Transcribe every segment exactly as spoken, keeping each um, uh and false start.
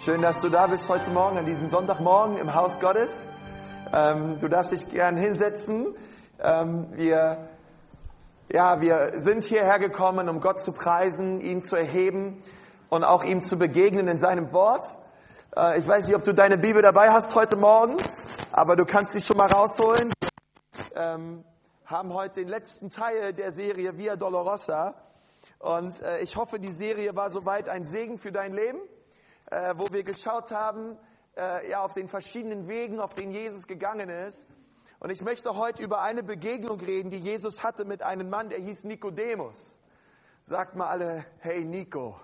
Schön, dass du da bist heute Morgen, an diesem Sonntagmorgen im Haus Gottes. Ähm, du darfst dich gern hinsetzen. Ähm, wir, ja, wir sind hierher gekommen, um Gott zu preisen, ihn zu erheben und auch ihm zu begegnen in seinem Wort. Äh, ich weiß nicht, ob du deine Bibel dabei hast heute Morgen, aber du kannst sie schon mal rausholen. Wir ähm, haben heute den letzten Teil der Serie Via Dolorosa. Und äh, ich hoffe, die Serie war soweit ein Segen für dein Leben. Äh, wo wir geschaut haben, äh, ja, auf den verschiedenen Wegen, auf denen Jesus gegangen ist. Und ich möchte heute über eine Begegnung reden, die Jesus hatte mit einem Mann, der hieß Nikodemus. Sagt mal alle, hey Nico.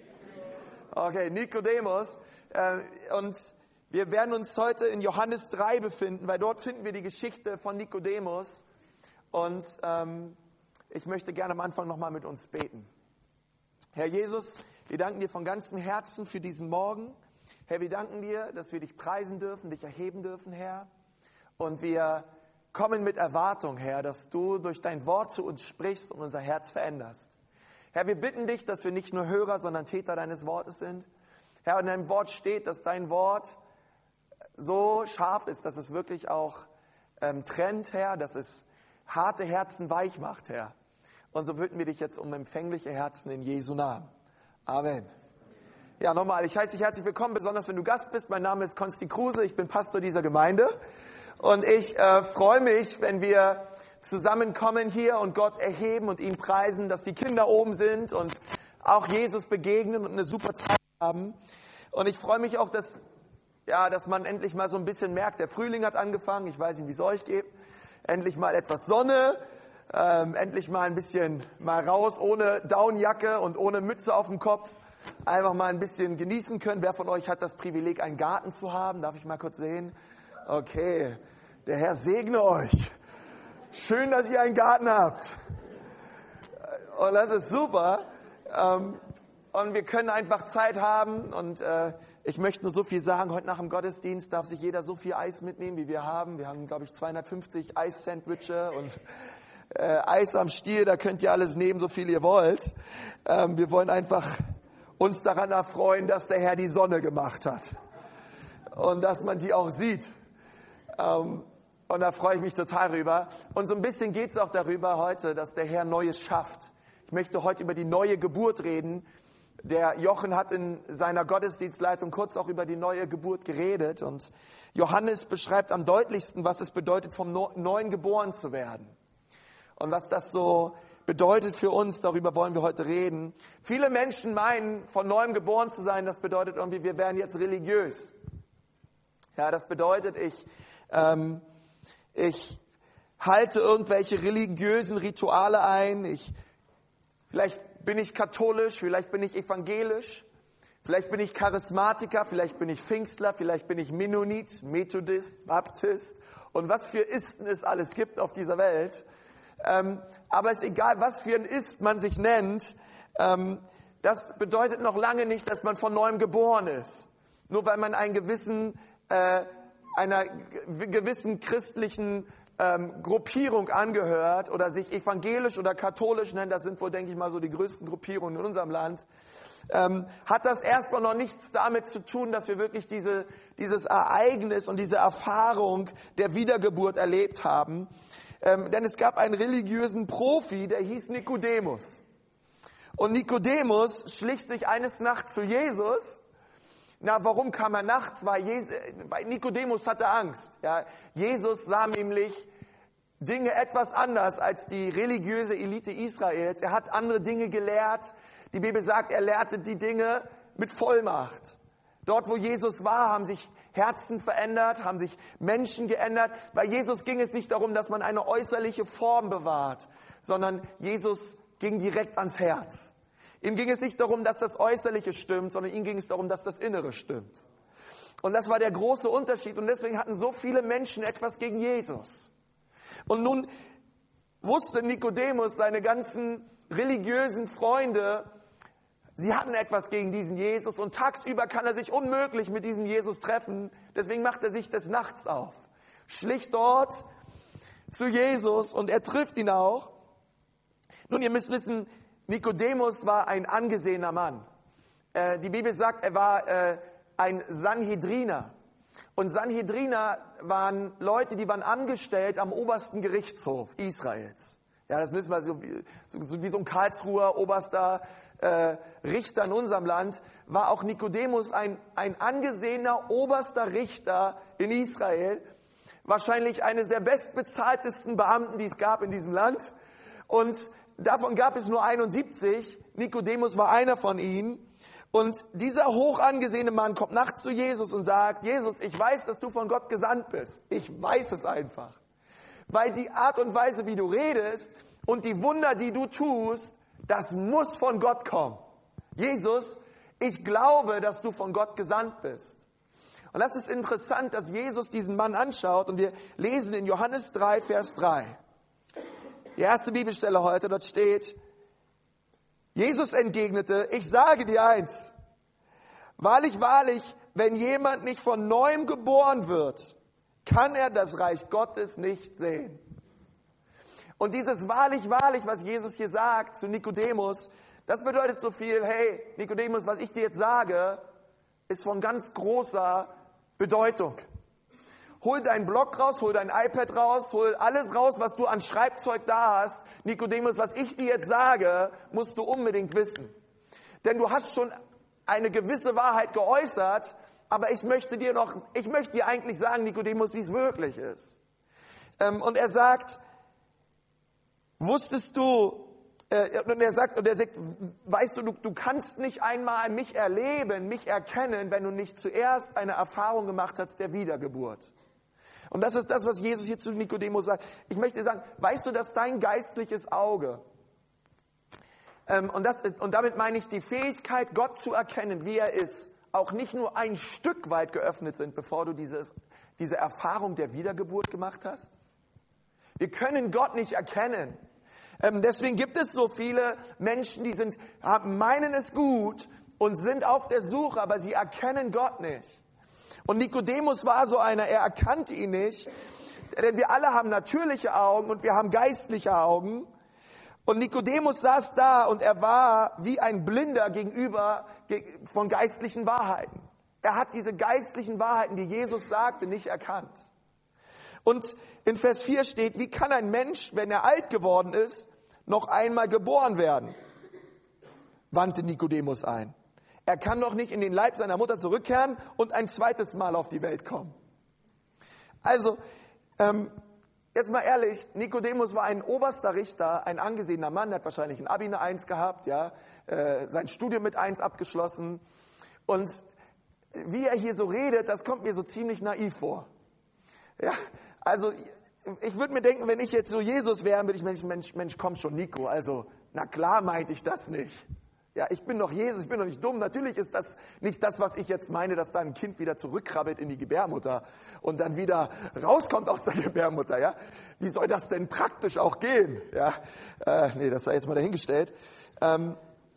Okay, Nikodemus. Äh, und wir werden uns heute in Johannes drei befinden, weil dort finden wir die Geschichte von Nikodemus. Und ähm, ich möchte gerne am Anfang nochmal mit uns beten. Herr Jesus, wir danken dir von ganzem Herzen für diesen Morgen. Herr, wir danken dir, dass wir dich preisen dürfen, dich erheben dürfen, Herr. Und wir kommen mit Erwartung, Herr, dass du durch dein Wort zu uns sprichst und unser Herz veränderst. Herr, wir bitten dich, dass wir nicht nur Hörer, sondern Täter deines Wortes sind. Herr, in deinem Wort steht, dass dein Wort so scharf ist, dass es wirklich auch ähm, trennt, Herr, dass es harte Herzen weich macht, Herr. Und so bitten wir dich jetzt um empfängliche Herzen in Jesu Namen. Amen. Ja, nochmal, ich heiße dich herzlich willkommen, besonders wenn du Gast bist. Mein Name ist Konsti Kruse, ich bin Pastor dieser Gemeinde. Und ich äh, freue mich, wenn wir zusammenkommen hier und Gott erheben und ihn preisen, dass die Kinder oben sind und auch Jesus begegnen und eine super Zeit haben. Und ich freue mich auch, dass, ja, dass man endlich mal so ein bisschen merkt, der Frühling hat angefangen, ich weiß nicht, wie es euch geht. Endlich mal etwas Sonne. Ähm, endlich mal ein bisschen mal raus, ohne Downjacke und ohne Mütze auf dem Kopf. Einfach mal ein bisschen genießen können. Wer von euch hat das Privileg, einen Garten zu haben? Darf ich mal kurz sehen? Okay, der Herr segne euch. Schön, dass ihr einen Garten habt. Und das ist super. Ähm, und wir können einfach Zeit haben. Und äh, ich möchte nur so viel sagen. Heute nach dem Gottesdienst darf sich jeder so viel Eis mitnehmen, wie wir haben. Wir haben, glaube ich, zweihundertfünfzig Eis-Sandwiche und Äh, Eis am Stiel, da könnt ihr alles nehmen, so viel ihr wollt. Ähm, wir wollen einfach uns daran erfreuen, dass der Herr die Sonne gemacht hat. Und dass man die auch sieht. Ähm, und da freue ich mich total drüber. Und so ein bisschen geht es auch darüber heute, dass der Herr Neues schafft. Ich möchte heute über die neue Geburt reden. Der Jochen hat in seiner Gottesdienstleitung kurz auch über die neue Geburt geredet. Und Johannes beschreibt am deutlichsten, was es bedeutet, vom Neuen geboren zu werden. Und was das so bedeutet für uns, darüber wollen wir heute reden. Viele Menschen meinen, von Neuem geboren zu sein, das bedeutet irgendwie, wir werden jetzt religiös. Ja, das bedeutet, ich, ähm, ich halte irgendwelche religiösen Rituale ein. Ich, vielleicht bin ich katholisch, vielleicht bin ich evangelisch, vielleicht bin ich Charismatiker, vielleicht bin ich Pfingstler, vielleicht bin ich Mennonit, Methodist, Baptist und was für Isten es alles gibt auf dieser Welt. Ähm, aber es ist egal, was für ein Ist man sich nennt, ähm, das bedeutet noch lange nicht, dass man von Neuem geboren ist. Nur weil man einen gewissen, äh, einer g- gewissen christlichen ähm, Gruppierung angehört oder sich evangelisch oder katholisch nennt, das sind wohl, denke ich mal, so die größten Gruppierungen in unserem Land, ähm, hat das erstmal noch nichts damit zu tun, dass wir wirklich diese, dieses Ereignis und diese Erfahrung der Wiedergeburt erlebt haben. Ähm, denn es gab einen religiösen Profi, der hieß Nikodemus. Und Nikodemus schlich sich eines Nachts zu Jesus. Na, warum kam er nachts? Weil, Jesus, weil Nikodemus hatte Angst. Ja, Jesus sah nämlich Dinge etwas anders als die religiöse Elite Israels. Er hat andere Dinge gelehrt. Die Bibel sagt, er lehrte die Dinge mit Vollmacht. Dort, wo Jesus war, haben sich Herzen verändert, haben sich Menschen geändert. Bei Jesus ging es nicht darum, dass man eine äußerliche Form bewahrt, sondern Jesus ging direkt ans Herz. Ihm ging es nicht darum, dass das Äußerliche stimmt, sondern ihm ging es darum, dass das Innere stimmt. Und das war der große Unterschied. Und deswegen hatten so viele Menschen etwas gegen Jesus. Und nun wusste Nikodemus, seine ganzen religiösen Freunde, sie hatten etwas gegen diesen Jesus und tagsüber kann er sich unmöglich mit diesem Jesus treffen. Deswegen macht er sich des Nachts auf, schlich dort zu Jesus und er trifft ihn auch. Nun, ihr müsst wissen, Nikodemus war ein angesehener Mann. Äh, die Bibel sagt, er war äh, ein Sanhedriner. Und Sanhedriner waren Leute, die waren angestellt am obersten Gerichtshof Israels. Ja, das müssen wir so wie so, so, wie so ein Karlsruher oberster äh, Richter in unserem Land, war auch Nikodemus ein, ein angesehener oberster Richter in Israel. Wahrscheinlich eines der bestbezahltesten Beamten, die es gab in diesem Land. Und davon gab es nur einundsiebzig. Nikodemus war einer von ihnen. Und dieser hoch angesehene Mann kommt nachts zu Jesus und sagt, Jesus, ich weiß, dass du von Gott gesandt bist. Ich weiß es einfach. Weil die Art und Weise, wie du redest und die Wunder, die du tust, das muss von Gott kommen. Jesus, ich glaube, dass du von Gott gesandt bist. Und das ist interessant, dass Jesus diesen Mann anschaut und wir lesen in Johannes drei, Vers drei. Die erste Bibelstelle heute, dort steht, Jesus entgegnete, ich sage dir eins, wahrlich, wahrlich, wenn jemand nicht von Neuem geboren wird, kann er das Reich Gottes nicht sehen. Und dieses wahrlich, wahrlich, was Jesus hier sagt zu Nikodemus, das bedeutet so viel, hey, Nikodemus, was ich dir jetzt sage, ist von ganz großer Bedeutung. Hol deinen Block raus, hol dein iPad raus, hol alles raus, was du an Schreibzeug da hast. Nikodemus, was ich dir jetzt sage, musst du unbedingt wissen. Denn du hast schon eine gewisse Wahrheit geäußert, aber ich möchte dir noch, ich möchte dir eigentlich sagen, Nikodemus, wie es wirklich ist. Und er sagt, wusstest du, und er sagt, und er sagt, weißt du, du, du kannst nicht einmal mich erleben, mich erkennen, wenn du nicht zuerst eine Erfahrung gemacht hast der Wiedergeburt. Und das ist das, was Jesus hier zu Nikodemus sagt. Ich möchte sagen, weißt du, dass dein geistliches Auge, ähm, und, das, und damit meine ich die Fähigkeit, Gott zu erkennen, wie er ist, auch nicht nur ein Stück weit geöffnet sind, bevor du dieses, diese Erfahrung der Wiedergeburt gemacht hast? Wir können Gott nicht erkennen. Ähm, deswegen gibt es so viele Menschen, die sind, haben, meinen es gut und sind auf der Suche, aber sie erkennen Gott nicht. Und Nikodemus war so einer, er erkannte ihn nicht, denn wir alle haben natürliche Augen und wir haben geistliche Augen. Und Nikodemus saß da und er war wie ein Blinder gegenüber von geistlichen Wahrheiten. Er hat diese geistlichen Wahrheiten, die Jesus sagte, nicht erkannt. Und in Vers vier steht, wie kann ein Mensch, wenn er alt geworden ist, noch einmal geboren werden? Wandte Nikodemus ein. Er kann doch nicht in den Leib seiner Mutter zurückkehren und ein zweites Mal auf die Welt kommen. Also, ähm, jetzt mal ehrlich, Nikodemus war ein oberster Richter, ein angesehener Mann, der hat wahrscheinlich ein Abi eine Eins gehabt, ja, äh, sein Studium mit Eins abgeschlossen. Und wie er hier so redet, das kommt mir so ziemlich naiv vor. Ja, also ich würde mir denken, wenn ich jetzt so Jesus wäre, würde ich, Mensch, Mensch, Mensch, komm schon, Nico, also, na klar meinte ich das nicht. Ja, ich bin doch Jesus, ich bin doch nicht dumm. Natürlich ist das nicht das, was ich jetzt meine, dass da ein Kind wieder zurückkrabbelt in die Gebärmutter und dann wieder rauskommt aus der Gebärmutter. Ja, wie soll das denn praktisch auch gehen? Ja, äh, nee, das sei jetzt mal dahingestellt. Ähm,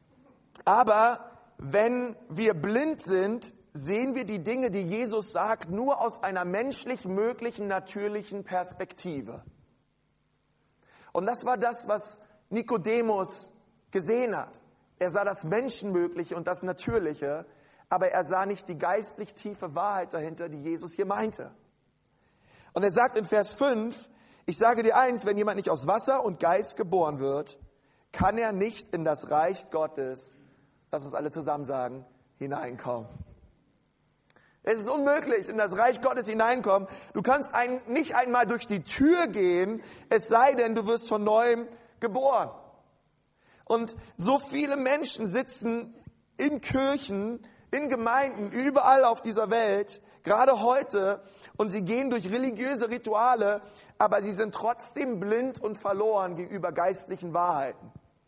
aber wenn wir blind sind, sehen wir die Dinge, die Jesus sagt, nur aus einer menschlich möglichen, natürlichen Perspektive. Und das war das, was Nikodemus gesehen hat. Er sah das Menschenmögliche und das Natürliche, aber er sah nicht die geistlich tiefe Wahrheit dahinter, die Jesus hier meinte. Und er sagt in Vers fünf, ich sage dir eins, wenn jemand nicht aus Wasser und Geist geboren wird, kann er nicht in das Reich Gottes, lass uns alle zusammen sagen, hineinkommen. Es ist unmöglich, in das Reich Gottes hineinkommen. Du kannst ein, nicht einmal durch die Tür gehen, es sei denn, du wirst von Neuem geboren. Und so viele Menschen sitzen in Kirchen, in Gemeinden, überall auf dieser Welt, gerade heute, und sie gehen durch religiöse Rituale, aber sie sind trotzdem blind und verloren gegenüber geistlichen Wahrheiten.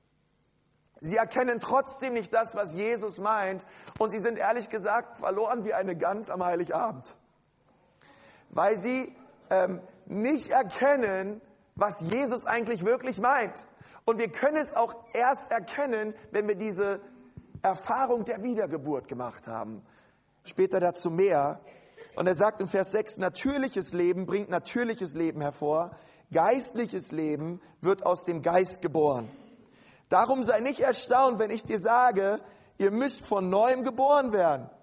Sie erkennen trotzdem nicht das, was Jesus meint, und sie sind ehrlich gesagt verloren wie eine Gans am Heiligabend, weil sie ähm, nicht erkennen, was Jesus eigentlich wirklich meint. Und wir können es auch erst erkennen, wenn wir diese Erfahrung der Wiedergeburt gemacht haben. Später dazu mehr. Und er sagt in Vers sechs, natürliches Leben bringt natürliches Leben hervor. Geistliches Leben wird aus dem Geist geboren. Darum sei nicht erstaunt, wenn ich dir sage, ihr müsst von Neuem geboren werden.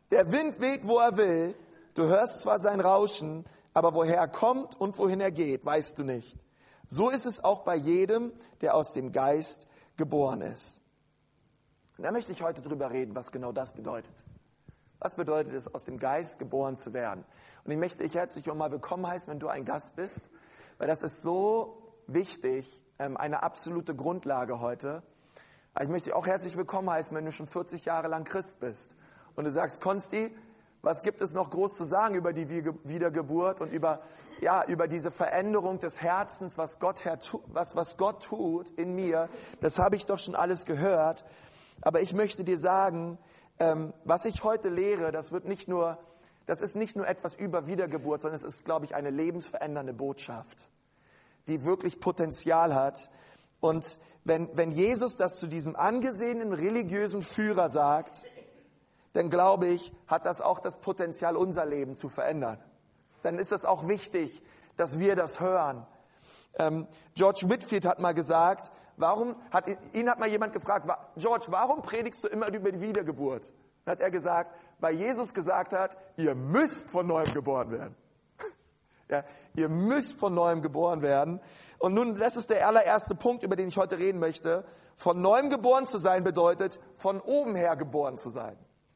Der Wind weht, wo er will. Du hörst zwar sein Rauschen, aber woher er kommt und wohin er geht, weißt du nicht. So ist es auch bei jedem, der aus dem Geist geboren ist. Und da möchte ich heute drüber reden, was genau das bedeutet. Was bedeutet es, aus dem Geist geboren zu werden? Und ich möchte dich herzlich mal willkommen heißen, wenn du ein Gast bist, weil das ist so wichtig, eine absolute Grundlage heute. Aber ich möchte dich auch herzlich willkommen heißen, wenn du schon vierzig Jahre lang Christ bist. Und du sagst, Konsti, was gibt es noch groß zu sagen über die Wiedergeburt und über, ja, über diese Veränderung des Herzens, was Gott, was, was Gott tut in mir? Das habe ich doch schon alles gehört. Aber ich möchte dir sagen, ähm, was ich heute lehre, das wird nicht nur, das ist nicht nur etwas über Wiedergeburt, sondern es ist, glaube ich, eine lebensverändernde Botschaft, die wirklich Potenzial hat. Und wenn, wenn Jesus das zu diesem angesehenen religiösen Führer sagt, dann glaube ich, hat das auch das Potenzial, unser Leben zu verändern. Dann ist es auch wichtig, dass wir das hören. Ähm, George Whitefield hat mal gesagt, warum hat ihn hat mal jemand gefragt, George, warum predigst du immer über die Wiedergeburt? Dann hat er gesagt, weil Jesus gesagt hat, ihr müsst von neuem geboren werden. Ja, ihr müsst von neuem geboren werden. Und nun, das ist der allererste Punkt, über den ich heute reden möchte. Von neuem geboren zu sein bedeutet, von oben her geboren zu sein.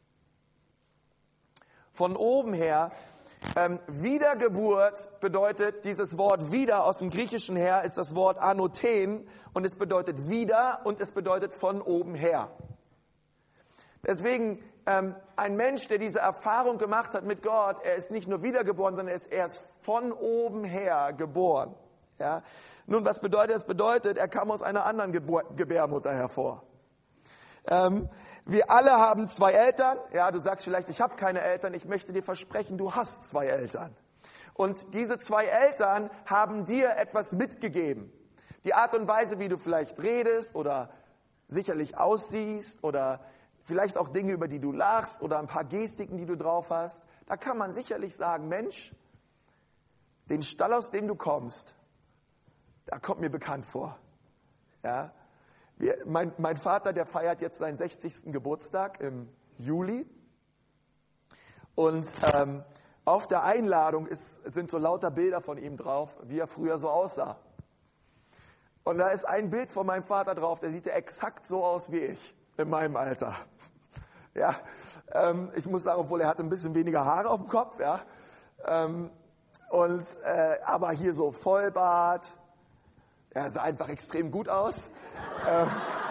Von oben her. Ähm, Wiedergeburt bedeutet, dieses Wort wieder aus dem Griechischen her ist das Wort anothen und es bedeutet wieder und es bedeutet von oben her. Deswegen, ähm, ein Mensch, der diese Erfahrung gemacht hat mit Gott, er ist nicht nur wiedergeboren, sondern er ist erst von oben her geboren. Ja? Nun, was bedeutet das? Bedeutet, er kam aus einer anderen Gebur- Gebärmutter hervor. Ähm, Wir alle haben zwei Eltern. Ja, du sagst vielleicht, ich habe keine Eltern. Ich möchte dir versprechen, du hast zwei Eltern. Und diese zwei Eltern haben dir etwas mitgegeben. Die Art und Weise, wie du vielleicht redest oder sicherlich aussiehst oder vielleicht auch Dinge, über die du lachst oder ein paar Gestiken, die du drauf hast. Da kann man sicherlich sagen, Mensch, den Stall, aus dem du kommst, da kommt mir bekannt vor. Ja. Wir, mein, mein Vater, der feiert jetzt seinen sechzigsten Geburtstag im Juli. Und ähm, auf der Einladung ist, sind so lauter Bilder von ihm drauf, wie er früher so aussah. Und da ist ein Bild von meinem Vater drauf, der sieht ja exakt so aus wie ich, in meinem Alter. Ja, ähm, ich muss sagen, obwohl er hatte ein bisschen weniger Haare auf dem Kopf, ja. Ähm, und, äh, aber hier so Vollbart. Er sah einfach extrem gut aus. Ähm,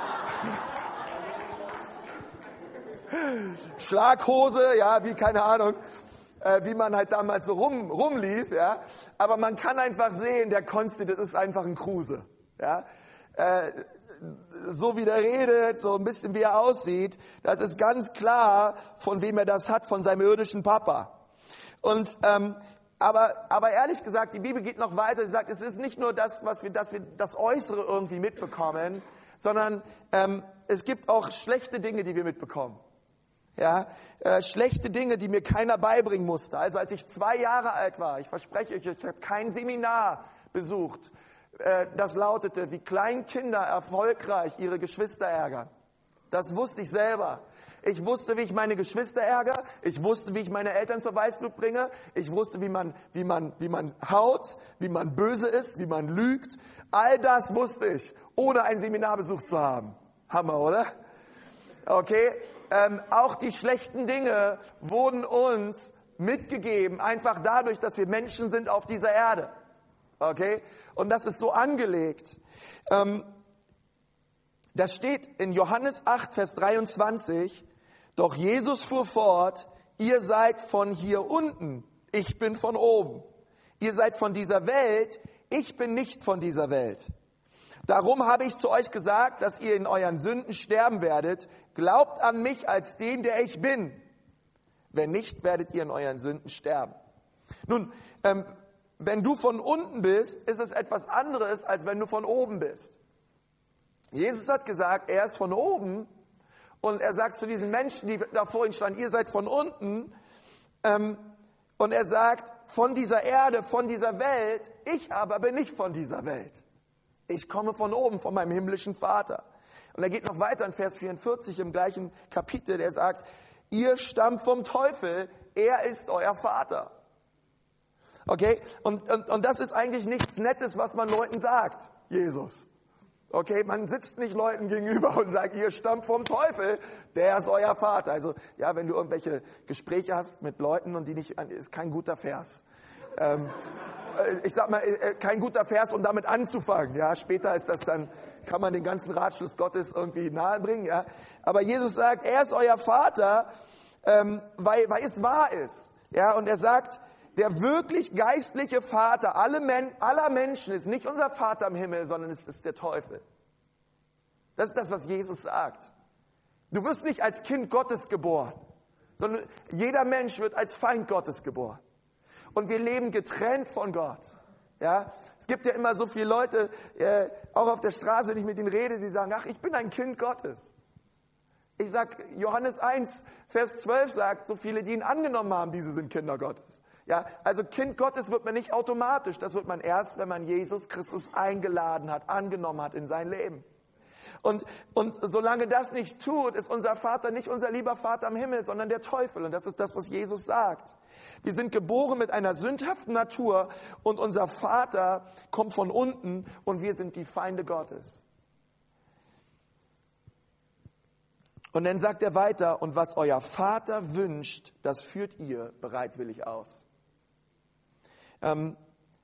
Schlaghose, ja, wie, keine Ahnung, äh, wie man halt damals so rum, rumlief, ja. Aber man kann einfach sehen, der Konsti, das ist einfach ein Kruse, ja. Äh, so wie der redet, so ein bisschen wie er aussieht, das ist ganz klar, von wem er das hat, von seinem irdischen Papa. Und, ähm, Aber, aber ehrlich gesagt, die Bibel geht noch weiter. Sie sagt, es ist nicht nur das, was wir, dass wir das Äußere irgendwie mitbekommen, sondern ähm, es gibt auch schlechte Dinge, die wir mitbekommen. Ja, äh, schlechte Dinge, die mir keiner beibringen musste. Also als ich zwei Jahre alt war, ich verspreche euch, ich habe kein Seminar besucht, äh, das lautete, wie Kleinkinder erfolgreich ihre Geschwister ärgern. Das wusste ich selber. Ich wusste, wie ich meine Geschwister ärgere. Ich wusste, wie ich meine Eltern zur Weißglut bringe. Ich wusste, wie man, wie man, wie man haut, wie man böse ist, wie man lügt. All das wusste ich, ohne einen Seminarbesuch zu haben. Hammer, oder? Okay. Ähm, auch die schlechten Dinge wurden uns mitgegeben, einfach dadurch, dass wir Menschen sind auf dieser Erde. Okay. Und das ist so angelegt. Ähm, Das steht in Johannes acht, Vers dreiundzwanzig, doch Jesus fuhr fort, ihr seid von hier unten, ich bin von oben. Ihr seid von dieser Welt, ich bin nicht von dieser Welt. Darum habe ich zu euch gesagt, dass ihr in euren Sünden sterben werdet. Glaubt an mich als den, der ich bin. Wenn nicht, werdet ihr in euren Sünden sterben. Nun, ähm, wenn du von unten bist, ist es etwas anderes, als wenn du von oben bist. Jesus hat gesagt, er ist von oben und er sagt zu diesen Menschen, die da vor ihm standen, ihr seid von unten. Ähm, und er sagt, von dieser Erde, von dieser Welt, ich aber bin nicht von dieser Welt. Ich komme von oben, von meinem himmlischen Vater. Und er geht noch weiter in Vers vierundvierzig im gleichen Kapitel, der sagt, ihr stammt vom Teufel, er ist euer Vater. Okay? Und, und, und das ist eigentlich nichts Nettes, was man Leuten sagt, Jesus. Okay, man sitzt nicht Leuten gegenüber und sagt, ihr stammt vom Teufel, der ist euer Vater. Also, ja, wenn du irgendwelche Gespräche hast mit Leuten und die nicht, ist kein guter Vers. Ähm, ich sag mal, kein guter Vers, um damit anzufangen. Ja, später ist das dann, kann man den ganzen Ratschluss Gottes irgendwie nahebringen. Ja, aber Jesus sagt, er ist euer Vater, ähm, weil, weil es wahr ist. Ja, und er sagt, der wirklich geistliche Vater alle Men- aller Menschen ist nicht unser Vater im Himmel, sondern es ist der Teufel. Das ist das, was Jesus sagt. Du wirst nicht als Kind Gottes geboren, sondern jeder Mensch wird als Feind Gottes geboren. Und wir leben getrennt von Gott. Ja, es gibt ja immer so viele Leute, äh, auch auf der Straße, wenn ich mit ihnen rede, sie sagen, ach, ich bin ein Kind Gottes. Ich sag, Johannes eins, Vers zwölf sagt, so viele, die ihn angenommen haben, diese sind Kinder Gottes. Ja, also Kind Gottes wird man nicht automatisch, das wird man erst, wenn man Jesus Christus eingeladen hat, angenommen hat in sein Leben. Und, und solange das nicht tut, ist unser Vater nicht unser lieber Vater im Himmel, sondern der Teufel. Und das ist das, was Jesus sagt. Wir sind geboren mit einer sündhaften Natur und unser Vater kommt von unten und wir sind die Feinde Gottes. Und dann sagt er weiter, und was euer Vater wünscht, das führt ihr bereitwillig aus. Ähm,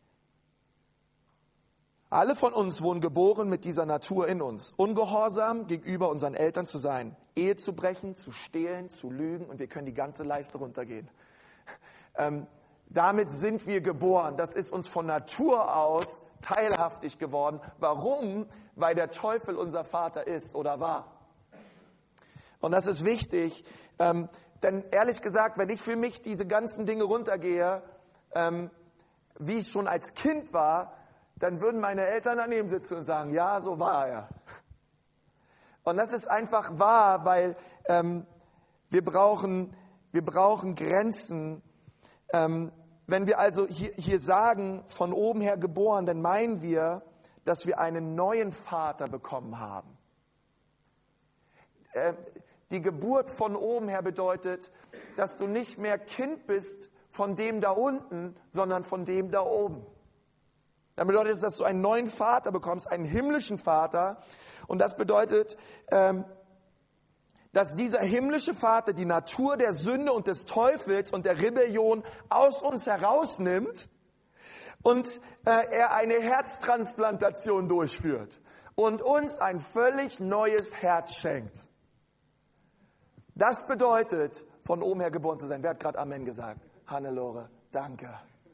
alle von uns wurden geboren mit dieser Natur in uns, ungehorsam gegenüber unseren Eltern zu sein, Ehe zu brechen, zu stehlen, zu lügen, und wir können die ganze Leiste runtergehen. Ähm, damit sind wir geboren. Das ist uns von Natur aus teilhaftig geworden. Warum? Weil der Teufel unser Vater ist oder war. Und das ist wichtig, ähm, denn ehrlich gesagt, wenn ich für mich diese ganzen Dinge runtergehe, ähm, wie ich schon als Kind war, dann würden meine Eltern daneben sitzen und sagen, ja, so war er. Und das ist einfach wahr, weil ähm, wir brauchen, wir brauchen Grenzen. Ähm, wenn wir also hier, hier sagen, von oben her geboren, dann meinen wir, dass wir einen neuen Vater bekommen haben. Äh, die Geburt von oben her bedeutet, dass du nicht mehr Kind bist von dem da unten, sondern von dem da oben. Dann bedeutet es, dass du einen neuen Vater bekommst, einen himmlischen Vater. Und das bedeutet, ähm, dass dieser himmlische Vater die Natur der Sünde und des Teufels und der Rebellion aus uns herausnimmt und äh, er eine Herztransplantation durchführt und uns ein völlig neues Herz schenkt. Das bedeutet, von oben her geboren zu sein. Wer hat gerade Amen gesagt? Hannelore, danke.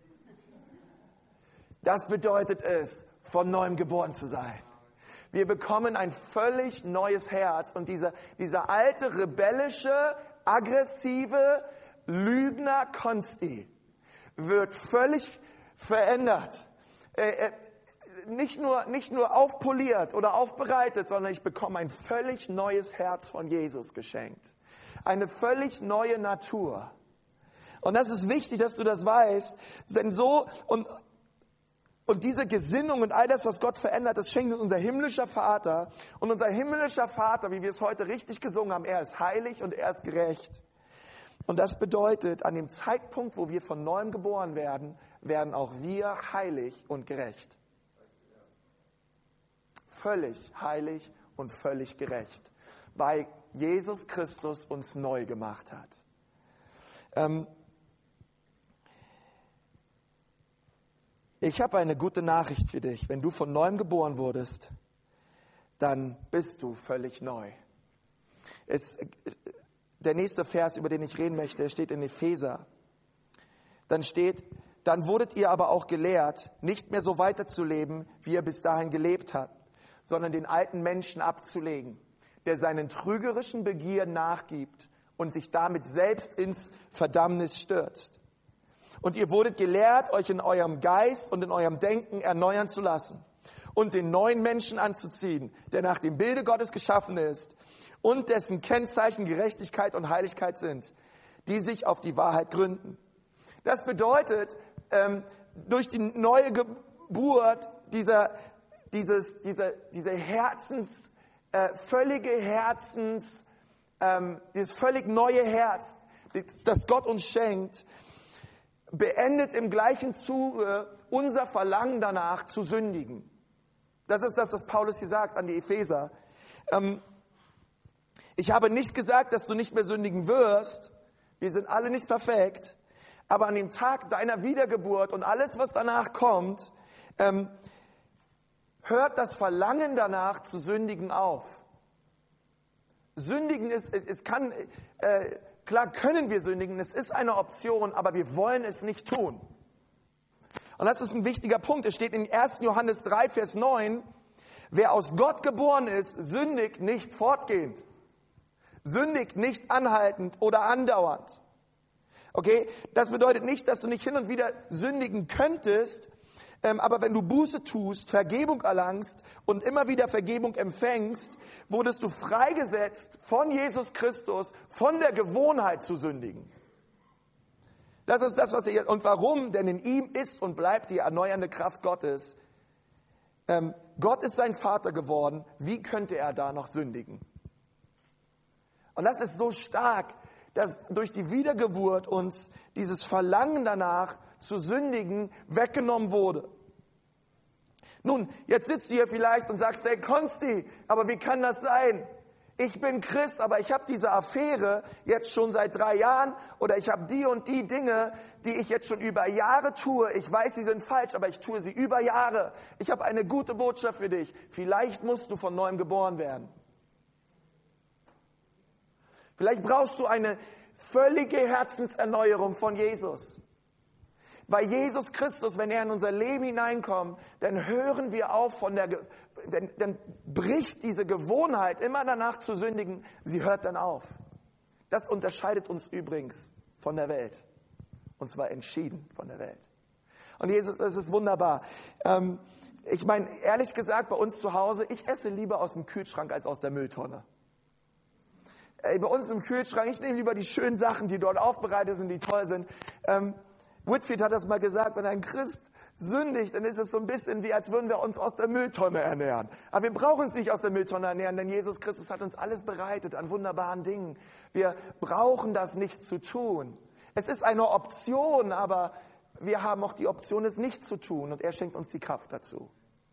Das bedeutet es, von neuem geboren zu sein. Wir bekommen ein völlig neues Herz und dieser, dieser alte, rebellische, aggressive Lügner Konsti wird völlig verändert. Äh, nicht nur, nicht nur aufpoliert oder aufbereitet, sondern ich bekomme ein völlig neues Herz von Jesus geschenkt. Eine völlig neue Natur. Und das ist wichtig, dass du das weißt, denn so und Und diese Gesinnung und all das, was Gott verändert, das schenkt uns unser himmlischer Vater. Und unser himmlischer Vater, wie wir es heute richtig gesungen haben, er ist heilig und er ist gerecht. Und das bedeutet, an dem Zeitpunkt, wo wir von neuem geboren werden, werden auch wir heilig und gerecht. Völlig heilig und völlig gerecht. Weil Jesus Christus uns neu gemacht hat. Ähm, Ich habe eine gute Nachricht für dich. Wenn du von neuem geboren wurdest, dann bist du völlig neu. Es, der nächste Vers, über den ich reden möchte, steht in Epheser. Dann steht, dann wurdet ihr aber auch gelehrt, nicht mehr so weiterzuleben, wie ihr bis dahin gelebt habt, sondern den alten Menschen abzulegen, der seinen trügerischen Begierden nachgibt und sich damit selbst ins Verdammnis stürzt. Und ihr wurdet gelehrt, euch in eurem Geist und in eurem Denken erneuern zu lassen und den neuen Menschen anzuziehen, der nach dem Bilde Gottes geschaffen ist und dessen Kennzeichen Gerechtigkeit und Heiligkeit sind, die sich auf die Wahrheit gründen. Das bedeutet, ähm, durch die neue Geburt, dieser, dieses, diese, diese Herzens, äh, völlige Herzens, ähm, dieses völlig neue Herz, das Gott uns schenkt, beendet im gleichen Zuge unser Verlangen danach zu sündigen. Das ist das, was Paulus hier sagt an die Epheser. Ähm, ich habe nicht gesagt, dass du nicht mehr sündigen wirst. Wir sind alle nicht perfekt. Aber an dem Tag deiner Wiedergeburt und alles, was danach kommt, ähm, hört das Verlangen danach zu sündigen auf. Sündigen ist, es kann, äh, klar können wir sündigen, es ist eine Option, aber wir wollen es nicht tun. Und das ist ein wichtiger Punkt. Es steht in ersten Johannes drei, Vers neun, wer aus Gott geboren ist, sündigt nicht fortgehend. Sündigt nicht anhaltend oder andauernd. Okay, das bedeutet nicht, dass du nicht hin und wieder sündigen könntest, ähm, aber wenn du Buße tust, Vergebung erlangst und immer wieder Vergebung empfängst, wurdest du freigesetzt von Jesus Christus, von der Gewohnheit zu sündigen. Das ist das, was er, und warum? Denn in ihm ist und bleibt die erneuernde Kraft Gottes. Ähm, Gott ist sein Vater geworden. Wie könnte er da noch sündigen? Und das ist so stark, dass durch die Wiedergeburt uns dieses Verlangen danach zu sündigen weggenommen wurde. Nun, jetzt sitzt du hier vielleicht und sagst, hey Konsti, aber wie kann das sein? Ich bin Christ, aber ich habe diese Affäre jetzt schon seit drei Jahren oder ich habe die und die Dinge, die ich jetzt schon über Jahre tue. Ich weiß, sie sind falsch, aber ich tue sie über Jahre. Ich habe eine gute Botschaft für dich. Vielleicht musst du von neuem geboren werden. Vielleicht brauchst du eine völlige Herzenserneuerung von Jesus. Weil Jesus Christus, wenn er in unser Leben hineinkommt, dann hören wir auf von der, dann, dann bricht diese Gewohnheit, immer danach zu sündigen, sie hört dann auf. Das unterscheidet uns übrigens von der Welt. Und zwar entschieden von der Welt. Und Jesus, das ist wunderbar. Ähm, ich meine, ehrlich gesagt, bei uns zu Hause, ich esse lieber aus dem Kühlschrank als aus der Mülltonne. Ey, bei uns im Kühlschrank, ich nehme lieber die schönen Sachen, die dort aufbereitet sind, die toll sind. Ähm, Whitfield hat das mal gesagt, wenn ein Christ sündigt, dann ist es so ein bisschen wie, als würden wir uns aus der Mülltonne ernähren. Aber wir brauchen uns nicht aus der Mülltonne ernähren, denn Jesus Christus hat uns alles bereitet an wunderbaren Dingen. Wir brauchen das nicht zu tun. Es ist eine Option, aber wir haben auch die Option, es nicht zu tun. Und er schenkt uns die Kraft dazu.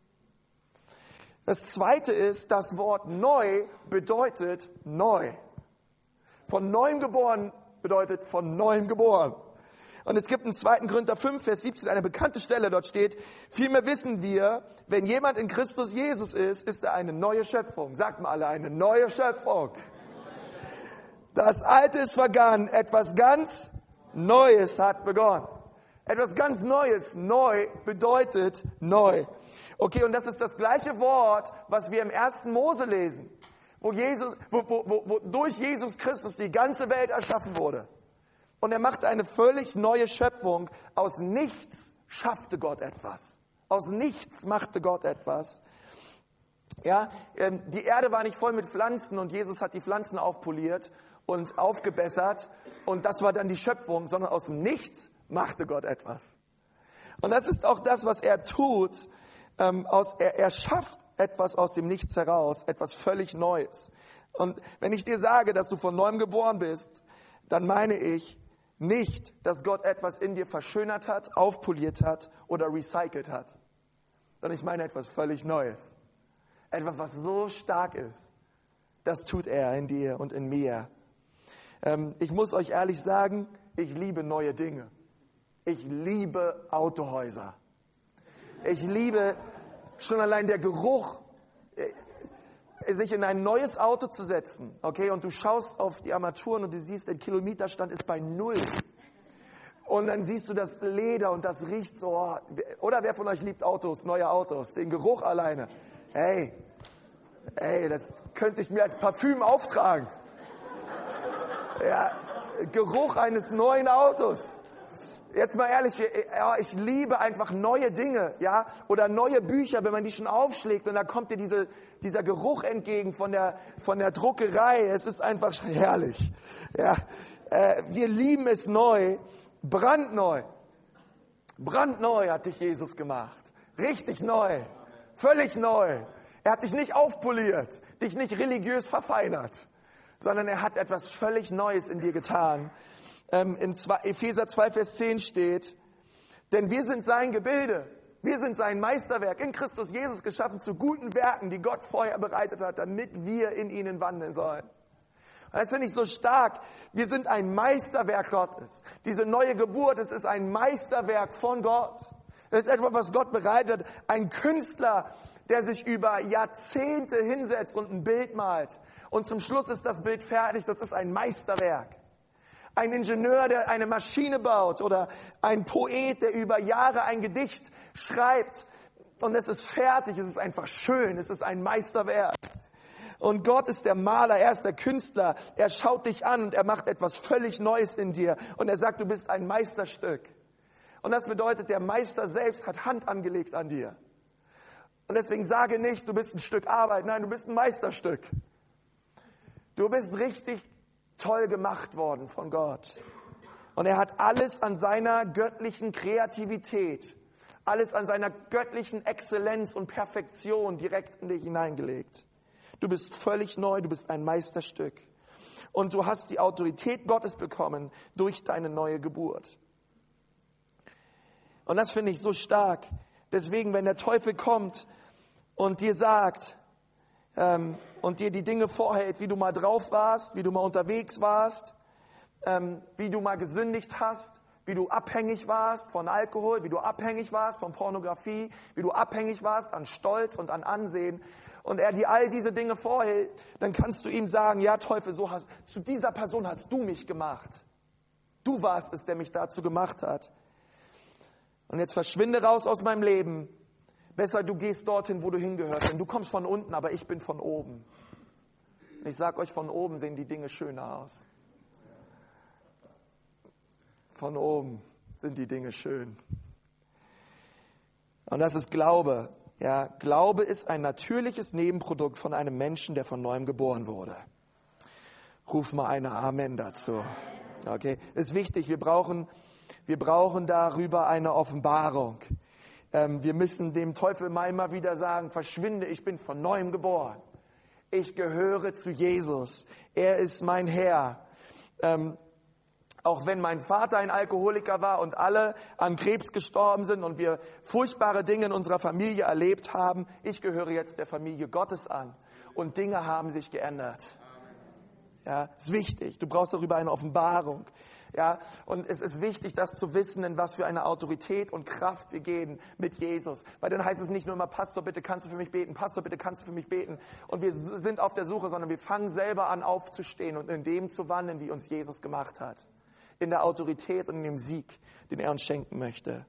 Das Zweite ist, das Wort neu bedeutet neu. Von neuem geboren bedeutet von neuem geboren. Und es gibt in zweiten Korinther fünf, Vers siebzehn eine bekannte Stelle, dort steht, vielmehr wissen wir, wenn jemand in Christus Jesus ist, ist er eine neue Schöpfung. Sagt mal alle, eine neue Schöpfung. Das Alte ist vergangen, etwas ganz Neues hat begonnen. Etwas ganz Neues, neu bedeutet neu. Okay, und das ist das gleiche Wort, was wir im ersten Mose lesen, wo Jesus, wo, wo, wo, wo durch Jesus Christus die ganze Welt erschaffen wurde. Und er machte eine völlig neue Schöpfung. Aus nichts schaffte Gott etwas. Aus nichts machte Gott etwas. Ja, die Erde war nicht voll mit Pflanzen und Jesus hat die Pflanzen aufpoliert und aufgebessert. Und das war dann die Schöpfung, sondern aus dem Nichts machte Gott etwas. Und das ist auch das, was er tut. Ähm, aus, er, er schafft etwas aus dem Nichts heraus, etwas völlig Neues. Und wenn ich dir sage, dass du von neuem geboren bist, dann meine ich nicht, dass Gott etwas in dir verschönert hat, aufpoliert hat oder recycelt hat. Sondern ich meine etwas völlig Neues. Etwas, was so stark ist. Das tut er in dir und in mir. Ähm, ich muss euch ehrlich sagen, ich liebe neue Dinge. Ich liebe Autohäuser. Ich liebe schon allein der Geruch, sich in ein neues Auto zu setzen, okay, und du schaust auf die Armaturen und du siehst, der Kilometerstand ist bei null. Und dann siehst du das Leder und das riecht so, oder wer von euch liebt Autos, neue Autos, den Geruch alleine. Hey, hey, das könnte ich mir als Parfüm auftragen. Ja, Geruch eines neuen Autos. Jetzt mal ehrlich, ja, ich liebe einfach neue Dinge, ja, oder neue Bücher, wenn man die schon aufschlägt und da kommt dir diese, dieser Geruch entgegen von der, von der Druckerei. Es ist einfach herrlich, ja. Äh, wir lieben es neu, brandneu. Brandneu hat dich Jesus gemacht. Richtig neu. Völlig neu. Er hat dich nicht aufpoliert, dich nicht religiös verfeinert, sondern er hat etwas völlig Neues in dir getan. Ähm, in Epheser zwei, Vers zehn steht, denn wir sind sein Gebilde, wir sind sein Meisterwerk, in Christus Jesus geschaffen zu guten Werken, die Gott vorher bereitet hat, damit wir in ihnen wandeln sollen. Und das finde ich so stark. Wir sind ein Meisterwerk Gottes. Diese neue Geburt, es ist ein Meisterwerk von Gott. Es ist etwas, was Gott bereitet. Ein Künstler, der sich über Jahrzehnte hinsetzt und ein Bild malt. Und zum Schluss ist das Bild fertig. Das ist ein Meisterwerk. Ein Ingenieur, der eine Maschine baut, oder ein Poet, der über Jahre ein Gedicht schreibt. Und es ist fertig. Es ist einfach schön. Es ist ein Meisterwerk. Und Gott ist der Maler, er ist der Künstler. Er schaut dich an und er macht etwas völlig Neues in dir. Und er sagt, du bist ein Meisterstück. Und das bedeutet, der Meister selbst hat Hand angelegt an dir. Und deswegen sage nicht, du bist ein Stück Arbeit. Nein, du bist ein Meisterstück. Du bist richtig toll gemacht worden von Gott. Und er hat alles an seiner göttlichen Kreativität, alles an seiner göttlichen Exzellenz und Perfektion direkt in dich hineingelegt. Du bist völlig neu, du bist ein Meisterstück. Und du hast die Autorität Gottes bekommen durch deine neue Geburt. Und das finde ich so stark. Deswegen, wenn der Teufel kommt und dir sagt ähm, und dir die Dinge vorhält, wie du mal drauf warst, wie du mal unterwegs warst, ähm, wie du mal gesündigt hast, wie du abhängig warst von Alkohol, wie du abhängig warst von Pornografie, wie du abhängig warst an Stolz und an Ansehen, und er dir all diese Dinge vorhält, dann kannst du ihm sagen, ja Teufel, so hast, zu dieser Person hast du mich gemacht. Du warst es, der mich dazu gemacht hat. Und jetzt verschwinde raus aus meinem Leben. Besser, du gehst dorthin, wo du hingehörst. Denn du kommst von unten, aber ich bin von oben. Und ich sage euch, von oben sehen die Dinge schöner aus. Von oben sind die Dinge schön. Und das ist Glaube. Ja, Glaube ist ein natürliches Nebenprodukt von einem Menschen, der von neuem geboren wurde. Ruf mal eine Amen dazu. Okay, ist wichtig. Wir brauchen, wir brauchen darüber eine Offenbarung. Ähm, wir müssen dem Teufel mal immer wieder sagen: Verschwinde, ich bin von neuem geboren. Ich gehöre zu Jesus. Er ist mein Herr. Ähm, Auch wenn mein Vater ein Alkoholiker war und alle an Krebs gestorben sind und wir furchtbare Dinge in unserer Familie erlebt haben, ich gehöre jetzt der Familie Gottes an und Dinge haben sich geändert. Ja, ist wichtig. Du brauchst darüber eine Offenbarung. Ja, und es ist wichtig, das zu wissen, in was für eine Autorität und Kraft wir gehen mit Jesus. Weil dann heißt es nicht nur immer: Pastor, bitte kannst du für mich beten, Pastor, bitte kannst du für mich beten. Und wir sind auf der Suche, sondern wir fangen selber an aufzustehen und in dem zu wandeln, wie uns Jesus gemacht hat. In der Autorität und in dem Sieg, den er uns schenken möchte.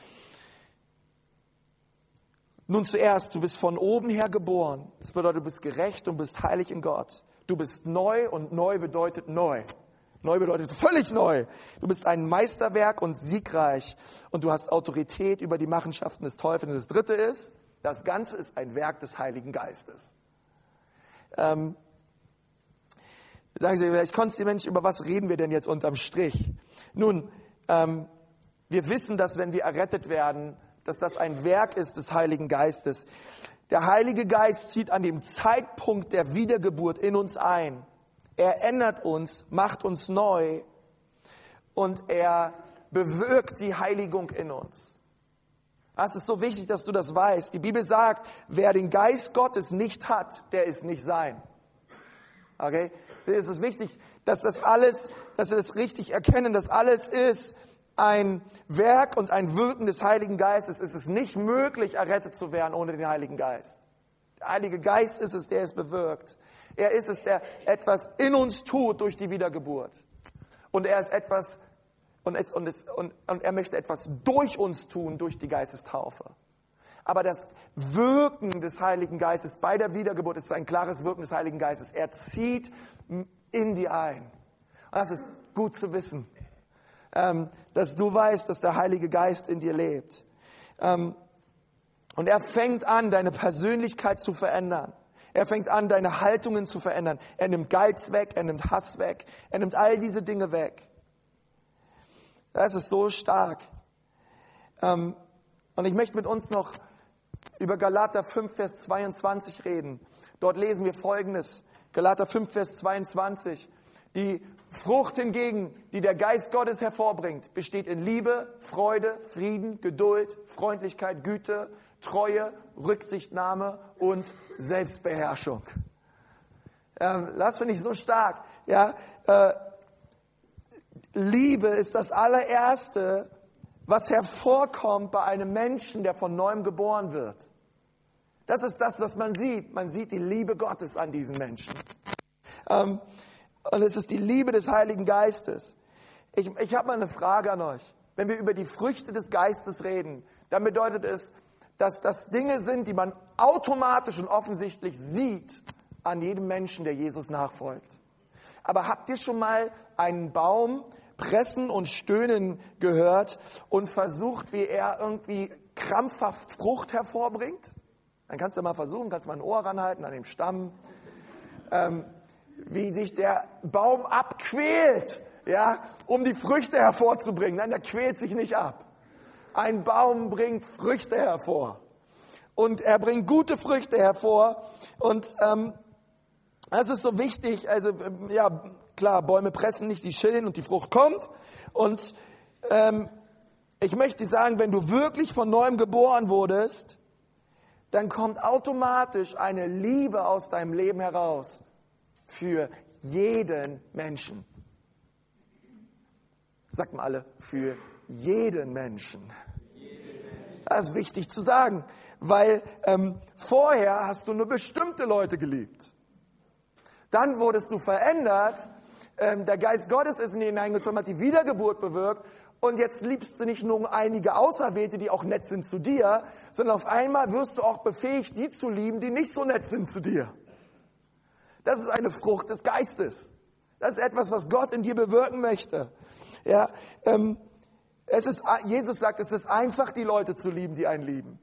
Nun zuerst, du bist von oben her geboren. Das bedeutet, du bist gerecht und bist heilig in Gott. Du bist neu und neu bedeutet neu. Neu bedeutet völlig neu. Du bist ein Meisterwerk und siegreich und du hast Autorität über die Machenschaften des Teufels. Und das Dritte ist, das Ganze ist ein Werk des Heiligen Geistes. Ähm, Sagen Sie, vielleicht konntest du, Mensch, über was reden wir denn jetzt unterm Strich? Nun, ähm, wir wissen, dass wenn wir errettet werden, dass das ein Werk ist des Heiligen Geistes. Der Heilige Geist zieht an dem Zeitpunkt der Wiedergeburt in uns ein. Er ändert uns, macht uns neu und er bewirkt die Heiligung in uns. Es ist so wichtig, dass du das weißt. Die Bibel sagt, wer den Geist Gottes nicht hat, der ist nicht sein. Okay? Es ist wichtig, dass das alles, dass wir das richtig erkennen, dass alles ist ein Werk und ein Wirken des Heiligen Geistes. Es ist nicht möglich, errettet zu werden ohne den Heiligen Geist. Der Heilige Geist ist es, der es bewirkt. Er ist es, der etwas in uns tut durch die Wiedergeburt. Und er ist etwas, und, es, und, es, und, und er möchte etwas durch uns tun durch die Geistestaufe. Aber das Wirken des Heiligen Geistes bei der Wiedergeburt ist ein klares Wirken des Heiligen Geistes. Er zieht in dir ein. Und das ist gut zu wissen, ähm, dass du weißt, dass der Heilige Geist in dir lebt. Ähm, und er fängt an, deine Persönlichkeit zu verändern. Er fängt an, deine Haltungen zu verändern. Er nimmt Geiz weg, er nimmt Hass weg, er nimmt all diese Dinge weg. Das ist so stark. Ähm, und ich möchte mit uns noch über Galater fünf, Vers zweiundzwanzig reden. Dort lesen wir Folgendes. Galater fünf, Vers zweiundzwanzig. Die Frucht hingegen, die der Geist Gottes hervorbringt, besteht in Liebe, Freude, Frieden, Geduld, Freundlichkeit, Güte, Treue, Rücksichtnahme und Selbstbeherrschung. Ähm, das finde ich so stark. Ja, äh, Liebe ist das allererste, was hervorkommt bei einem Menschen, der von Neuem geboren wird. Das ist das, was man sieht. Man sieht die Liebe Gottes an diesen Menschen. Ähm, und es ist die Liebe des Heiligen Geistes. Ich, ich habe mal eine Frage an euch. Wenn wir über die Früchte des Geistes reden, dann bedeutet es, dass das Dinge sind, die man automatisch und offensichtlich sieht an jedem Menschen, der Jesus nachfolgt. Aber habt ihr schon mal einen Baum pressen und stöhnen gehört und versucht, wie er irgendwie krampfhaft Frucht hervorbringt? Dann kannst du mal versuchen, kannst mal ein Ohr ranhalten an dem Stamm, ähm, wie sich der Baum abquält, ja, um die Früchte hervorzubringen. Nein, der quält sich nicht ab. Ein Baum bringt Früchte hervor. Und er bringt gute Früchte hervor. Und ähm, das ist so wichtig. Also ja, klar, Bäume pressen nicht, sie schillen und die Frucht kommt. Und ähm, ich möchte sagen, wenn du wirklich von Neuem geboren wurdest, dann kommt automatisch eine Liebe aus deinem Leben heraus für jeden Menschen. Sagt mal alle, für jeden Menschen. Das ist wichtig zu sagen, weil ähm, vorher hast du nur bestimmte Leute geliebt. Dann wurdest du verändert, ähm, der Geist Gottes ist in dir hineingezogen, hat die Wiedergeburt bewirkt und jetzt liebst du nicht nur einige Auserwählte, die auch nett sind zu dir, sondern auf einmal wirst du auch befähigt, die zu lieben, die nicht so nett sind zu dir. Das ist eine Frucht des Geistes. Das ist etwas, was Gott in dir bewirken möchte. Ja, ähm, es ist, Jesus sagt, es ist einfach, die Leute zu lieben, die einen lieben.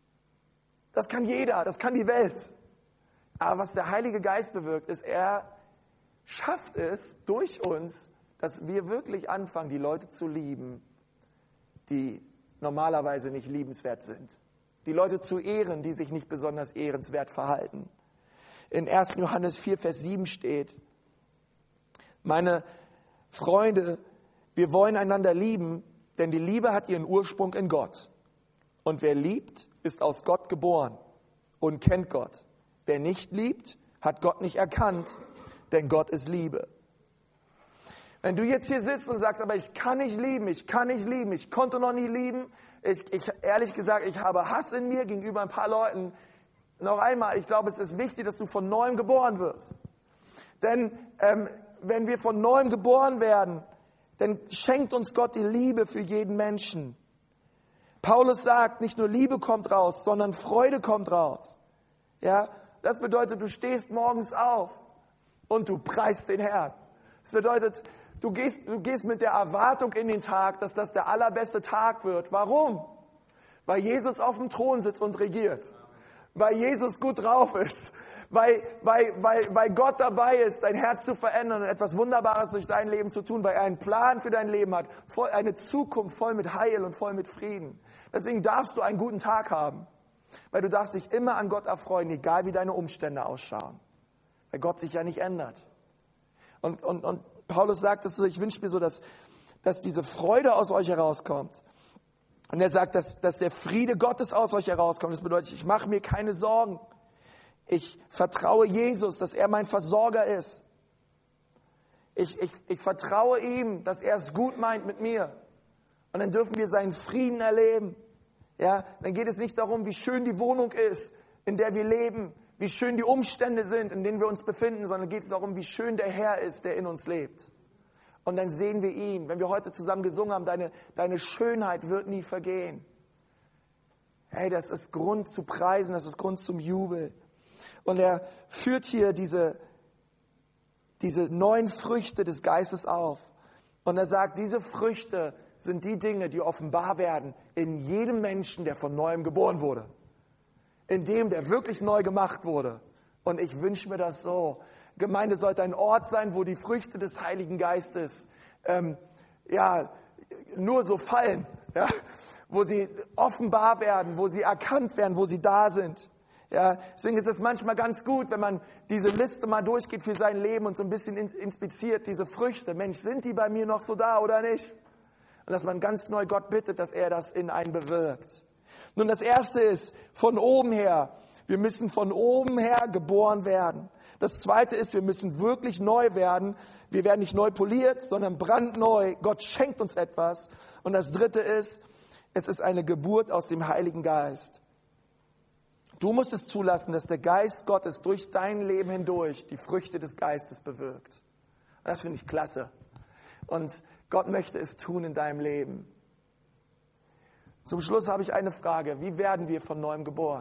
Das kann jeder, das kann die Welt. Aber was der Heilige Geist bewirkt, ist, er schafft es durch uns, dass wir wirklich anfangen, die Leute zu lieben, die normalerweise nicht liebenswert sind. Die Leute zu ehren, die sich nicht besonders ehrenswert verhalten. In ersten Johannes vier, Vers sieben steht, meine Freunde, wir wollen einander lieben, denn die Liebe hat ihren Ursprung in Gott. Und wer liebt, ist aus Gott geboren und kennt Gott. Wer nicht liebt, hat Gott nicht erkannt, denn Gott ist Liebe. Wenn du jetzt hier sitzt und sagst, aber ich kann nicht lieben, ich kann nicht lieben, ich konnte noch nie lieben, ich, ich ehrlich gesagt, ich habe Hass in mir gegenüber ein paar Leuten. Noch einmal, ich glaube, es ist wichtig, dass du von Neuem geboren wirst. Denn ähm, wenn wir von Neuem geboren werden, dann schenkt uns Gott die Liebe für jeden Menschen. Paulus sagt, nicht nur Liebe kommt raus, sondern Freude kommt raus. Ja, das bedeutet, du stehst morgens auf und du preist den Herrn. Das bedeutet, du gehst, du gehst mit der Erwartung in den Tag, dass das der allerbeste Tag wird. Warum? Weil Jesus auf dem Thron sitzt und regiert. Weil Jesus gut drauf ist. Weil, weil, weil, weil Gott dabei ist, dein Herz zu verändern und etwas Wunderbares durch dein Leben zu tun, weil er einen Plan für dein Leben hat, voll, eine Zukunft voll mit Heil und voll mit Frieden. Deswegen darfst du einen guten Tag haben, weil du darfst dich immer an Gott erfreuen, egal wie deine Umstände ausschauen, weil Gott sich ja nicht ändert. Und, und, und Paulus sagt es so, ich wünsche mir so, dass, dass diese Freude aus euch herauskommt. Und er sagt, dass, dass der Friede Gottes aus euch herauskommt. Das bedeutet, ich mache mir keine Sorgen. Ich vertraue Jesus, dass er mein Versorger ist. Ich, ich, ich vertraue ihm, dass er es gut meint mit mir. Und dann dürfen wir seinen Frieden erleben. Ja, dann geht es nicht darum, wie schön die Wohnung ist, in der wir leben, wie schön die Umstände sind, in denen wir uns befinden, sondern geht es darum, wie schön der Herr ist, der in uns lebt. Und dann sehen wir ihn. Wenn wir heute zusammen gesungen haben, deine, deine Schönheit wird nie vergehen. Hey, das ist Grund zu preisen, das ist Grund zum Jubel. Und er führt hier diese, diese neuen Früchte des Geistes auf. Und er sagt, diese Früchte sind die Dinge, die offenbar werden in jedem Menschen, der von Neuem geboren wurde. In dem, der wirklich neu gemacht wurde. Und ich wünsche mir das so. Gemeinde sollte ein Ort sein, wo die Früchte des Heiligen Geistes ähm, ja, nur so fallen. Ja? Wo sie offenbar werden, wo sie erkannt werden, wo sie da sind. Ja, deswegen ist es manchmal ganz gut, wenn man diese Liste mal durchgeht für sein Leben und so ein bisschen inspiziert, diese Früchte. Mensch, sind die bei mir noch so da oder nicht? Und dass man ganz neu Gott bittet, dass er das in einen bewirkt. Nun, das Erste ist von oben her. Wir müssen von oben her geboren werden. Das Zweite ist, wir müssen wirklich neu werden. Wir werden nicht neu poliert, sondern brandneu. Gott schenkt uns etwas. Und das Dritte ist, es ist eine Geburt aus dem Heiligen Geist. Du musst es zulassen, dass der Geist Gottes durch dein Leben hindurch die Früchte des Geistes bewirkt. Und das finde ich klasse. Und Gott möchte es tun in deinem Leben. Zum Schluss habe ich eine Frage. Wie werden wir von Neuem geboren?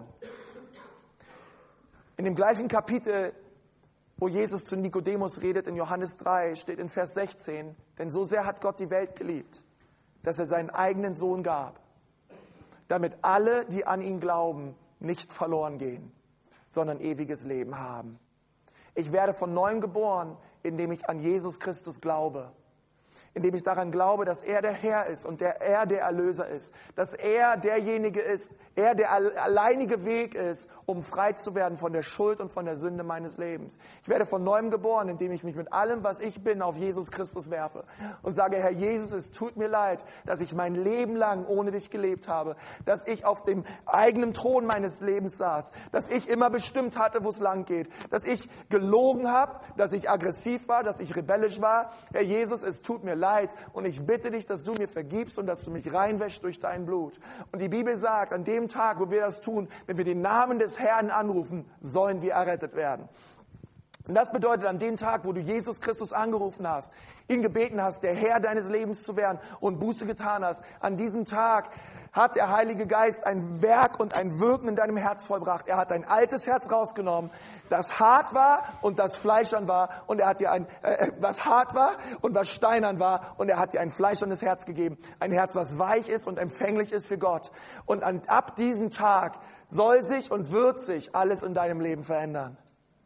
In dem gleichen Kapitel, wo Jesus zu Nikodemus redet, in Johannes drei, steht in Vers sechzehn, denn so sehr hat Gott die Welt geliebt, dass er seinen eigenen Sohn gab, damit alle, die an ihn glauben, nicht verloren gehen, sondern ewiges Leben haben. Ich werde von Neuem geboren, indem ich an Jesus Christus glaube. Indem ich daran glaube, dass er der Herr ist und der er der Erlöser ist. Dass er derjenige ist, er der alleinige Weg ist, um frei zu werden von der Schuld und von der Sünde meines Lebens. Ich werde von Neuem geboren, indem ich mich mit allem, was ich bin, auf Jesus Christus werfe. Und sage, Herr Jesus, es tut mir leid, dass ich mein Leben lang ohne dich gelebt habe. Dass ich auf dem eigenen Thron meines Lebens saß. Dass ich immer bestimmt hatte, wo es lang geht. Dass ich gelogen habe, dass ich aggressiv war, dass ich rebellisch war. Herr Jesus, es tut mir leid. Und ich bitte dich, dass du mir vergibst und dass du mich reinwäschst durch dein Blut. Und die Bibel sagt, an dem Tag, wo wir das tun, wenn wir den Namen des Herrn anrufen, sollen wir errettet werden. Und das bedeutet, an dem Tag, wo du Jesus Christus angerufen hast, ihn gebeten hast, der Herr deines Lebens zu werden und Buße getan hast, an diesem Tag hat der Heilige Geist ein Werk und ein Wirken in deinem Herz vollbracht. Er hat dein altes Herz rausgenommen, das hart war und das fleischern war. Und er hat dir ein, äh, was hart war und was steinern war. Und er hat dir ein fleischernes Herz gegeben. Ein Herz, was weich ist und empfänglich ist für Gott. Und an, ab diesem Tag soll sich und wird sich alles in deinem Leben verändern.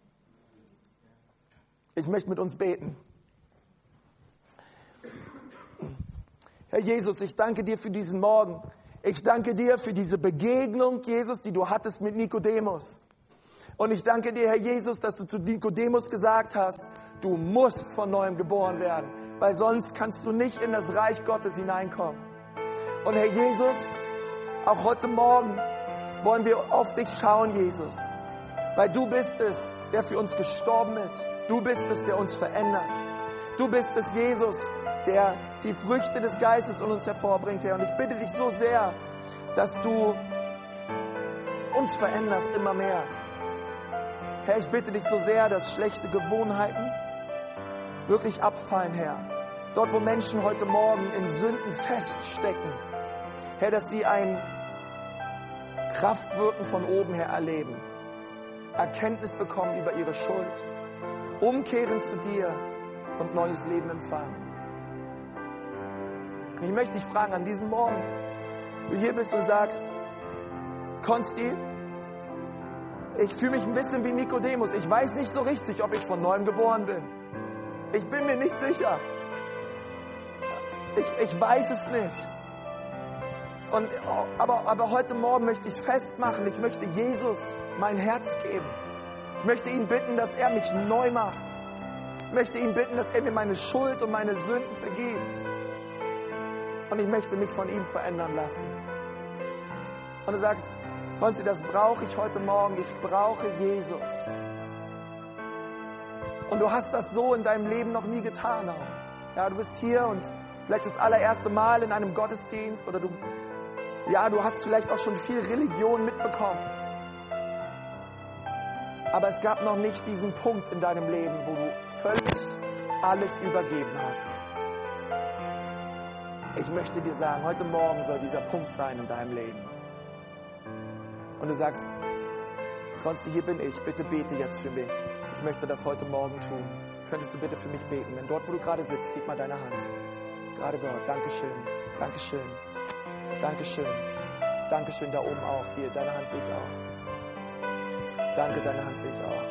Ich möchte mit uns beten. Herr Jesus, ich danke dir für diesen Morgen. Ich danke dir für diese Begegnung, Jesus, die du hattest mit Nikodemus. Und ich danke dir, Herr Jesus, dass du zu Nikodemus gesagt hast, du musst von Neuem geboren werden, weil sonst kannst du nicht in das Reich Gottes hineinkommen. Und Herr Jesus, auch heute Morgen wollen wir auf dich schauen, Jesus, weil du bist es, der für uns gestorben ist. Du bist es, der uns verändert. Du bist es, Jesus, der die Früchte des Geistes in uns hervorbringt, Herr. Und ich bitte dich so sehr, dass du uns veränderst immer mehr. Herr, ich bitte dich so sehr, dass schlechte Gewohnheiten wirklich abfallen, Herr. Dort, wo Menschen heute Morgen in Sünden feststecken, Herr, dass sie ein Kraftwirken von oben her erleben. Erkenntnis bekommen über ihre Schuld. Umkehren zu dir und neues Leben empfangen. Und ich möchte dich fragen, an diesem Morgen, du hier bist und sagst, Konsti, ich fühle mich ein bisschen wie Nikodemus. Ich weiß nicht so richtig, ob ich von Neuem geboren bin. Ich bin mir nicht sicher. Ich, ich weiß es nicht. Und, aber, aber heute Morgen möchte ich es festmachen. Ich möchte Jesus mein Herz geben. Ich möchte ihn bitten, dass er mich neu macht. Ich möchte ihn bitten, dass er mir meine Schuld und meine Sünden vergibt. Und ich möchte mich von ihm verändern lassen. Und du sagst, Konsti, das brauche ich heute Morgen. Ich brauche Jesus. Und du hast das so in deinem Leben noch nie getan auch. Ja, du bist hier und vielleicht das allererste Mal in einem Gottesdienst oder du, ja, du hast vielleicht auch schon viel Religion mitbekommen. Aber es gab noch nicht diesen Punkt in deinem Leben, wo du völlig alles übergeben hast. Ich möchte dir sagen, heute Morgen soll dieser Punkt sein in deinem Leben. Und du sagst, Konsti, hier bin ich, bitte bete jetzt für mich. Ich möchte das heute Morgen tun. Könntest du bitte für mich beten? Denn dort, wo du gerade sitzt, heb mal deine Hand. Gerade dort. Dankeschön, Dankeschön, Dankeschön, Dankeschön, da oben auch. Hier, deine Hand sehe ich auch. Danke, deine Hand sehe ich auch.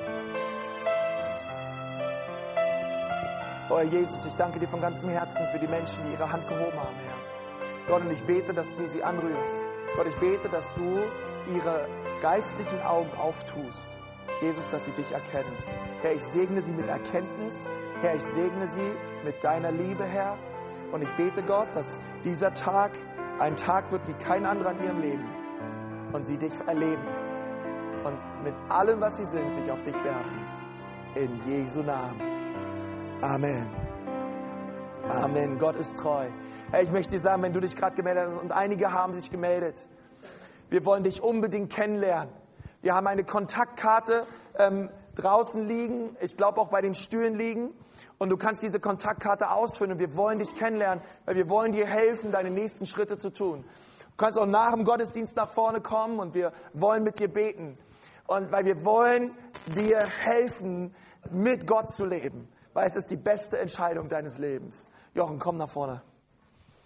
Oh Herr Jesus, ich danke dir von ganzem Herzen für die Menschen, die ihre Hand gehoben haben, Herr. Gott, und ich bete, dass du sie anrührst. Gott, ich bete, dass du ihre geistlichen Augen auftust. Jesus, dass sie dich erkennen. Herr, ich segne sie mit Erkenntnis. Herr, ich segne sie mit deiner Liebe, Herr. Und ich bete, Gott, dass dieser Tag ein Tag wird wie kein anderer in ihrem Leben. Und sie dich erleben. Und mit allem, was sie sind, sich auf dich werfen. In Jesu Namen. Amen. Amen. Gott ist treu. Hey, ich möchte dir sagen, wenn du dich gerade gemeldet hast, und einige haben sich gemeldet, wir wollen dich unbedingt kennenlernen. Wir haben eine Kontaktkarte ähm, draußen liegen, ich glaube auch bei den Stühlen liegen. Und du kannst diese Kontaktkarte ausfüllen und wir wollen dich kennenlernen, weil wir wollen dir helfen, deine nächsten Schritte zu tun. Du kannst auch nach dem Gottesdienst nach vorne kommen und wir wollen mit dir beten. Und weil wir wollen dir helfen, mit Gott zu leben. Weil es ist die beste Entscheidung deines Lebens. Jochen, komm nach vorne.